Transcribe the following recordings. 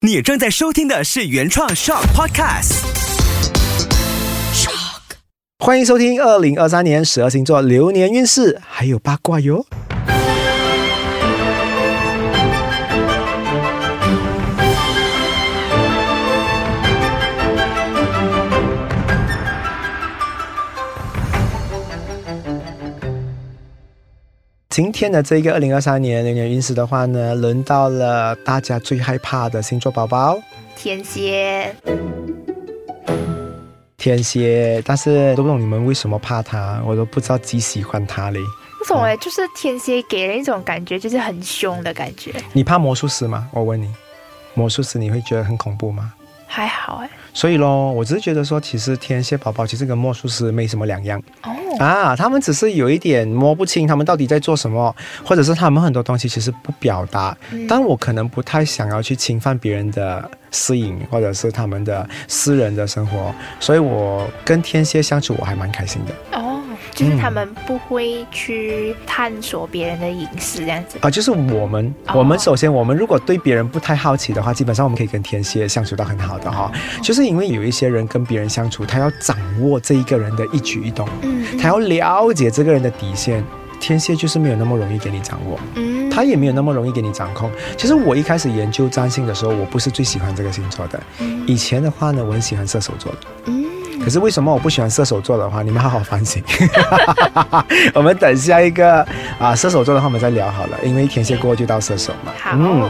你正在收听的是原创 Shock Podcast。Shock， 欢迎收听2023年12星座流年运势，还有八卦哟。今天的这个2023年流年运势的话呢，轮到了大家最害怕的星座宝宝天蝎。 天蝎，但是都不懂你们为什么怕他，我都不知道极喜欢他嘞。 为什么就是天蝎给人一种感觉就是很凶的感觉。 你怕魔术师吗？我问你，魔术师你会觉得很恐怖吗？ 还好哎。 所以咯，我只是觉得说，其实天蝎宝宝其实跟魔术师没什么两样他们只是有一点摸不清他们到底在做什么，或者是他们很多东西其实不表达，但我可能不太想要去侵犯别人的私隐或者是他们的私人的生活，所以我跟天蝎相处我还蛮开心的就是他们不会去探索别人的隐私这样子就是我们首先我们如果对别人不太好奇的话，基本上我们可以跟天蝎相处到很好的就是因为有一些人跟别人相处，他要掌握这一个人的一举一动，他要了解这个人的底线，天蝎就是没有那么容易给你掌握，他也没有那么容易给你掌控。其实我一开始研究占星的时候，我不是最喜欢这个星座的，以前的话呢，我很喜欢射手座的，可是为什么我不喜欢射手座的话，你们好好反省我们等下一个射手座的话我们再聊好了，因为天蝎过后就到射手嘛。 好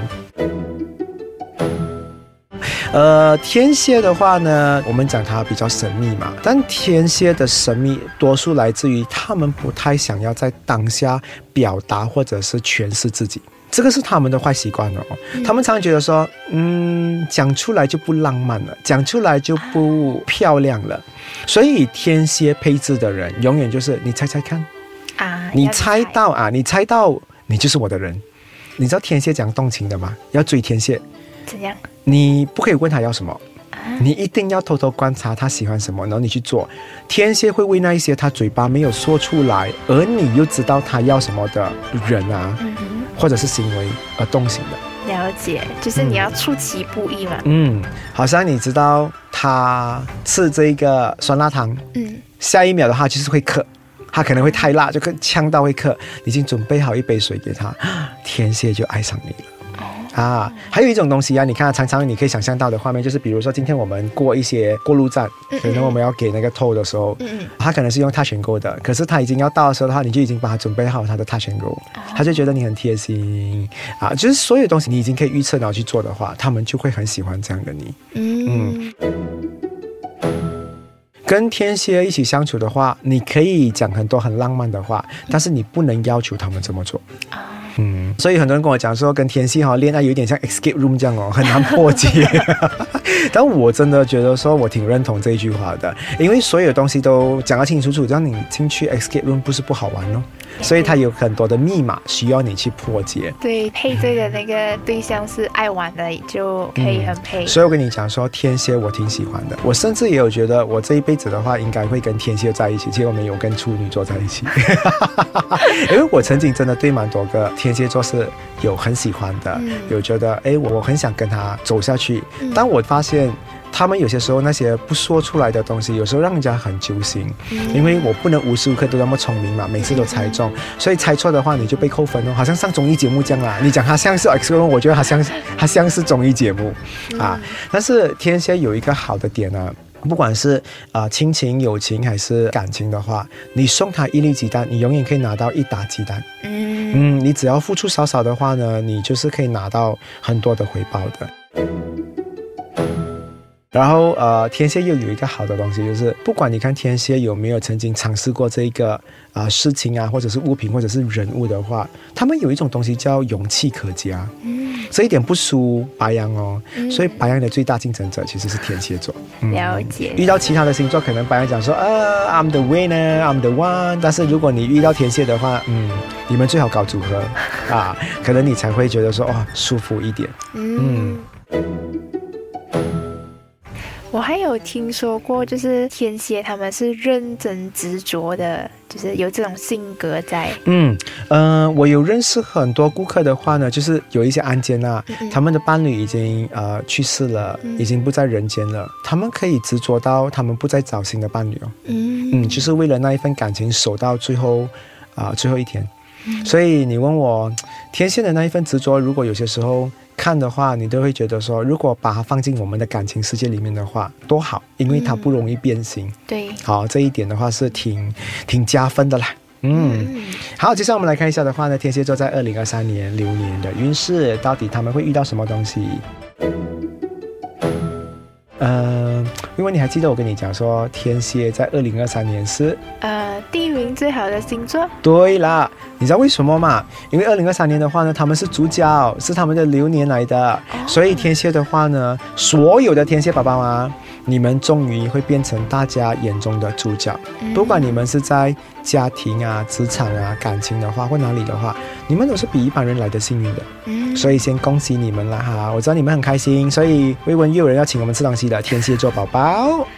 天蝎的话呢，我们讲它比较神秘嘛，但天蝎的神秘多数来自于他们不太想要在当下表达或者是诠释自己，这个是他们的坏习惯他们常常觉得说讲出来就不浪漫了，讲出来就不漂亮了，所以天蝎配置的人永远就是你猜猜看你猜到你就是我的人。你知道天蝎讲动情的吗？要追天蝎怎样？ 你不可以问他要什么你一定要偷偷观察他喜欢什么，然后你去做。天蝎会为那一些他嘴巴没有说出来，而你又知道他要什么的人或者是行为而动心的。 了解，就是你要出其不意嘛。 好像你知道他吃这个酸辣汤，下一秒的话就是会咳，他可能会太辣，就呛到会咳，你已经准备好一杯水给他，天蝎就爱上你了。还有一种东西你看常常你可以想象到的画面，就是比如说今天我们过一些过路站，可能我们要给那个 toll 的时候，他可能是用 Touch and Go 的，可是他已经要到的时候的话，你就已经把他准备好他的 Touch and Go，他就觉得你很贴心就是所有东西你已经可以预测然后去做的话，他们就会很喜欢这样的你。跟天蝎一起相处的话，你可以讲很多很浪漫的话，但是你不能要求他们这么做所以很多人跟我讲说跟天蝎恋爱有点像 escape room 这样很难破解但我真的觉得说我挺认同这一句话的，因为所有东西都讲得清清楚楚，这样你进去 escape room 不是不好玩所以它有很多的密码需要你去破解。 对，配对的那个对象是爱玩的，就可以很配所以我跟你讲说天蝎我挺喜欢的，我甚至也有觉得我这一辈子的话应该会跟天蝎在一起，结果没有跟处女座在一起因为我曾经真的对蛮多个天蝎座是有很喜欢的，有觉得我很想跟他走下去，但我发现他们有些时候那些不说出来的东西有时候让人家很揪心因为我不能无时无刻都那么聪明嘛，每次都猜中所以猜错的话你就被扣分好像上综艺节目这样你讲它像是 X 光，我觉得它像是综艺节目但是天蝎有一个好的点不管是亲情友情还是感情的话，你送他一粒鸡蛋，你永远可以拿到一打鸡蛋你只要付出少少的话呢，你就是可以拿到很多的回报的。然后天蝎又有一个好的东西，就是不管你看天蝎有没有曾经尝试过这一个事情或者是物品或者是人物的话，他们有一种东西叫勇气可嘉这一点不输白羊所以白羊的最大竞争者其实是天蝎座了解。 遇到其他的星座可能白羊讲说I'm the winner, I'm the one， 但是如果你遇到天蝎的话你们最好搞组合可能你才会觉得说舒服一点我还有听说过就是天蝎他们是认真执着的，就就是有这种性格在。 我有认识很多顾客的话呢，就是有一些案件啊，他们的伴侣已经去世了，已经不在人间了，他们可以执着到他们不再找新的伴侣哦。就是为了那一份感情守到最后一天。所以你问我天蝎的那一份执着，如果有些时候看的话，你都会觉得说，如果把它放进我们的感情世界里面的话，多好，因为它不容易变形。 对， 好，这一点的话是挺加分的啦。好，接下来我们来看一下的话呢，天蝎座在2023年流年的运势，到底他们会遇到什么东西？因为你还记得我跟你讲说，天蝎在2023年是地运最好的星座。 对啦，你知道为什么吗？因为2023年的话呢，他们是主角，是他们的流年来的，所以天蝎的话呢，所有的天蝎爸爸妈妈，你们终于会变成大家眼中的主角。不管你们是在家庭啊、职场啊、感情的话，或哪里的话，你们都是比一般人来的幸运的。所以先恭喜你们啦哈！我知道你们很开心，所以微文又有人要请我们吃东西的天蝎座宝宝。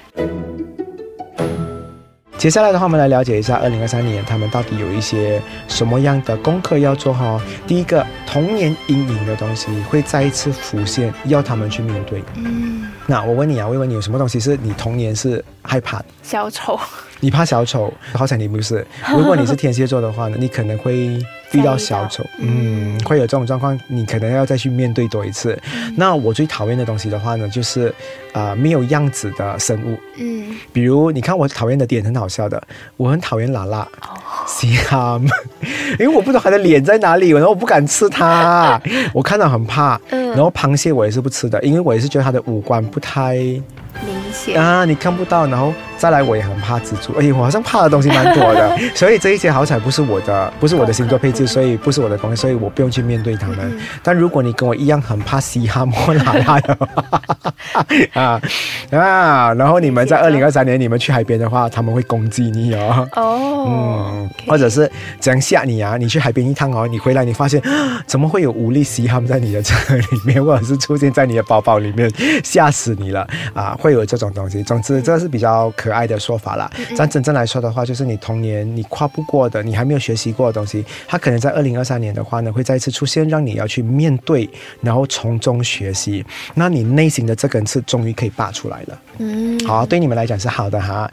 接下来的话，我们来了解一下2023年他们到底有一些什么样的功课要做哈。第一个，童年阴影的东西会再一次浮现，要他们去面对。那我问你啊，我问你有什么东西是你童年是害怕的？ 小丑。 你怕小丑？好彩你不是。如果你是天蝎座的话呢，你可能会遇到小丑，会有这种状况，你可能要再去面对多一次。那我最讨厌的东西的话呢，就是没有样子的生物。比如你看我讨厌的点很好笑的，我很讨厌拉拉、西哈，因为我不知道它的脸在哪里，然后我不敢吃它，我看到很怕。然后螃蟹我也是不吃的，因为我也是觉得它的五官不太明显你看不到。然后再来我也很怕蜘蛛，我好像怕的东西蛮多的，所以这一些好彩不是我的星座配置，所以不是我的功课，所以我不用去面对他们。但如果你跟我一样很怕嘻哈莫拉拉的话然后你们在2023年你们去海边的话，他们会攻击你或者是这样吓你啊，你去海边一趟你回来你发现怎么会有5粒嘻哈在你的车里面，或者是出现在你的包包里面，吓死你了会有这种东西。总之这是比较可爱的说法啦。但真正来说的话，就是你童年你跨不过的，你还没有学习过的东西，它可能在2023年的话呢，会再一次出现，让你要去面对，然后从中学习。那你内心的这根刺终于可以拔出来了。好，对你们来讲是好的哈。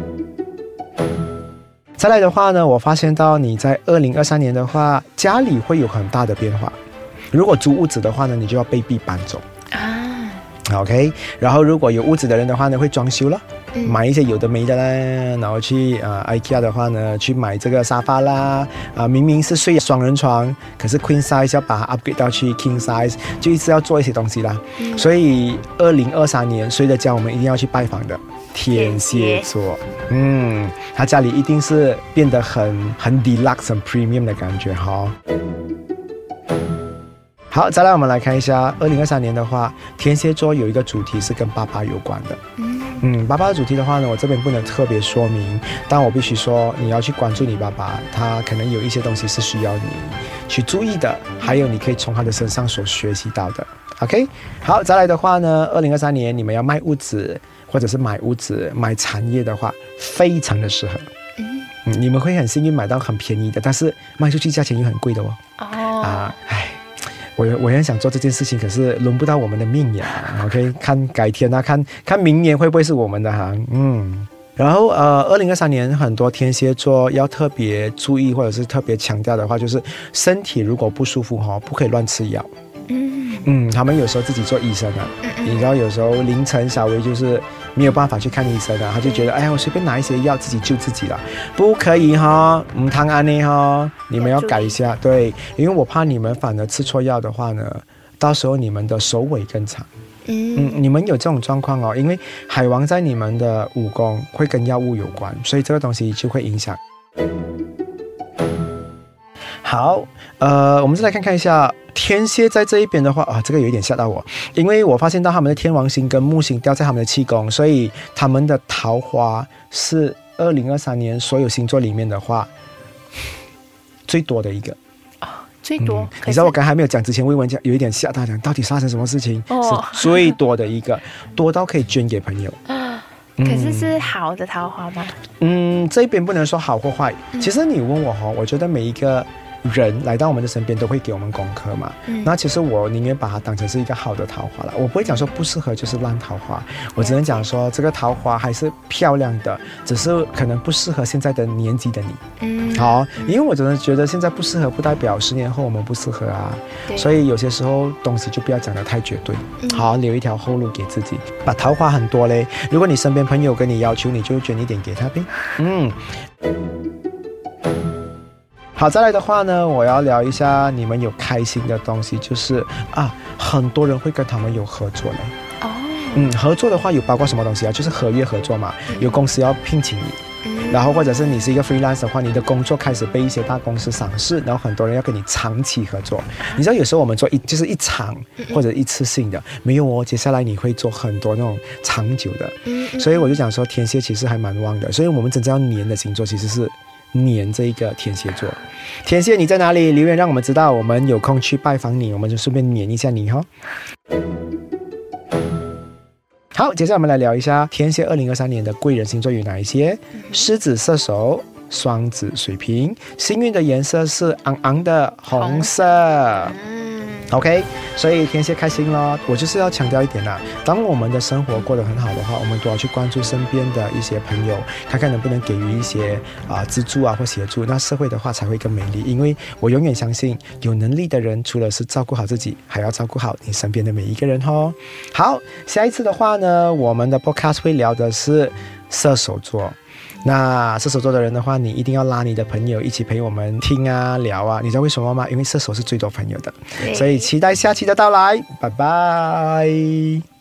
再来的话呢，我发现到你在2023年的话，家里会有很大的变化。如果租屋子的话呢，你就要被逼搬走OK， 然后如果有屋子的人的话呢，会装修了，买一些有的没的啦，然后去IKEA 的话呢，去买这个沙发啦，明明是睡双人床，可是 Queen size 要把它 upgrade 到去 King size， 就一直要做一些东西啦。所以2023年谁的家我们一定要去拜访的？天蝎座。他家里一定是变得很 deluxe 很 premium 的感觉哈。好，再来我们来看一下2023年的话，天蝎座有一个主题是跟爸爸有关的。爸爸的主题的话呢，我这边不能特别说明，但我必须说你要去关注你爸爸，他可能有一些东西是需要你去注意的，还有你可以从他的身上所学习到的。OK， 好，再来的话呢，2023年你们要卖屋子或者是买屋子买产业的话，非常的适合。你们会很幸运买到很便宜的，但是卖出去价钱又很贵的我很想做这件事情，可是轮不到我们的命呀。OK， 看改天看明年会不会是我们的行。然后2023年很多天蝎座要特别注意或者是特别强调的话，就是身体如果不舒服不可以乱吃药。他们有时候自己做医生你知道有时候凌晨小薇就是没有办法去看医生他就觉得我随便拿一些药自己救自己了，不可以唔通安呢你们要改一下。对，因为我怕你们反而吃错药的话呢，到时候你们的手尾更长。你们有这种状况因为海王在你们的武功会跟药物有关，所以这个东西就会影响。好，我们再来看一下天蝎在这一边的话这个有一点吓到我，因为我发现到他们的天王星跟木星掉在他们的气宫，所以他们的桃花是2023年所有星座里面的话最多的一个。 最多你知道我刚才还没有讲之前，魏文有一点吓到讲到底发生什么事情，是最多的一个，多到可以捐给朋友。 可是是好的桃花吗？ 这边不能说好或坏。其实你问我我觉得每一个人来到我们的身边都会给我们功课嘛，那其实我宁愿把它当成是一个好的桃花了，我不会讲说不适合就是烂桃花，我只能讲说这个桃花还是漂亮的，只是可能不适合现在的年纪的你。好，因为我真的觉得现在不适合不代表10年后我们不适合啊，所以有些时候东西就不要讲得太绝对，好，留一条后路给自己。把桃花很多嘞，如果你身边朋友跟你要求，你就捐一点给他呗。好，再来的话呢，我要聊一下你们有开心的东西，就是很多人会跟他们有合作嘞。合作的话有包括什么东西啊？就是合约合作嘛，有公司要聘请你，然后或者是你是一个 freelance 的话，你的工作开始被一些大公司赏识，然后很多人要跟你长期合作。你知道有时候我们做就是一场或者一次性的，没有接下来你会做很多那种长久的。所以我就讲说天蝎其实还蛮旺的，所以我们真正要黏的星座其实是黏这一个天蝎座。天蝎你在哪里？留言让我们知道，我们有空去拜访你，我们就顺便黏一下你哈。好，接下来我们来聊一下天蝎2023年的贵人星座有哪一些？狮子、射手、双子、水瓶。幸运的颜色是昂昂的红色。OK， 所以天蝎开心咯。我就是要强调一点啦，当我们的生活过得很好的话，我们都要去关注身边的一些朋友，看看能不能给予一些资助或协助，那社会的话才会更美丽。因为我永远相信，有能力的人除了是照顾好自己，还要照顾好你身边的每一个人哦。好，下一次的话呢，我们的 podcast 会聊的是射手座。那射手座的人的话，你一定要拉你的朋友一起陪我们听聊你知道为什么吗？因为射手是最多朋友的，所以期待下期的到来，拜拜。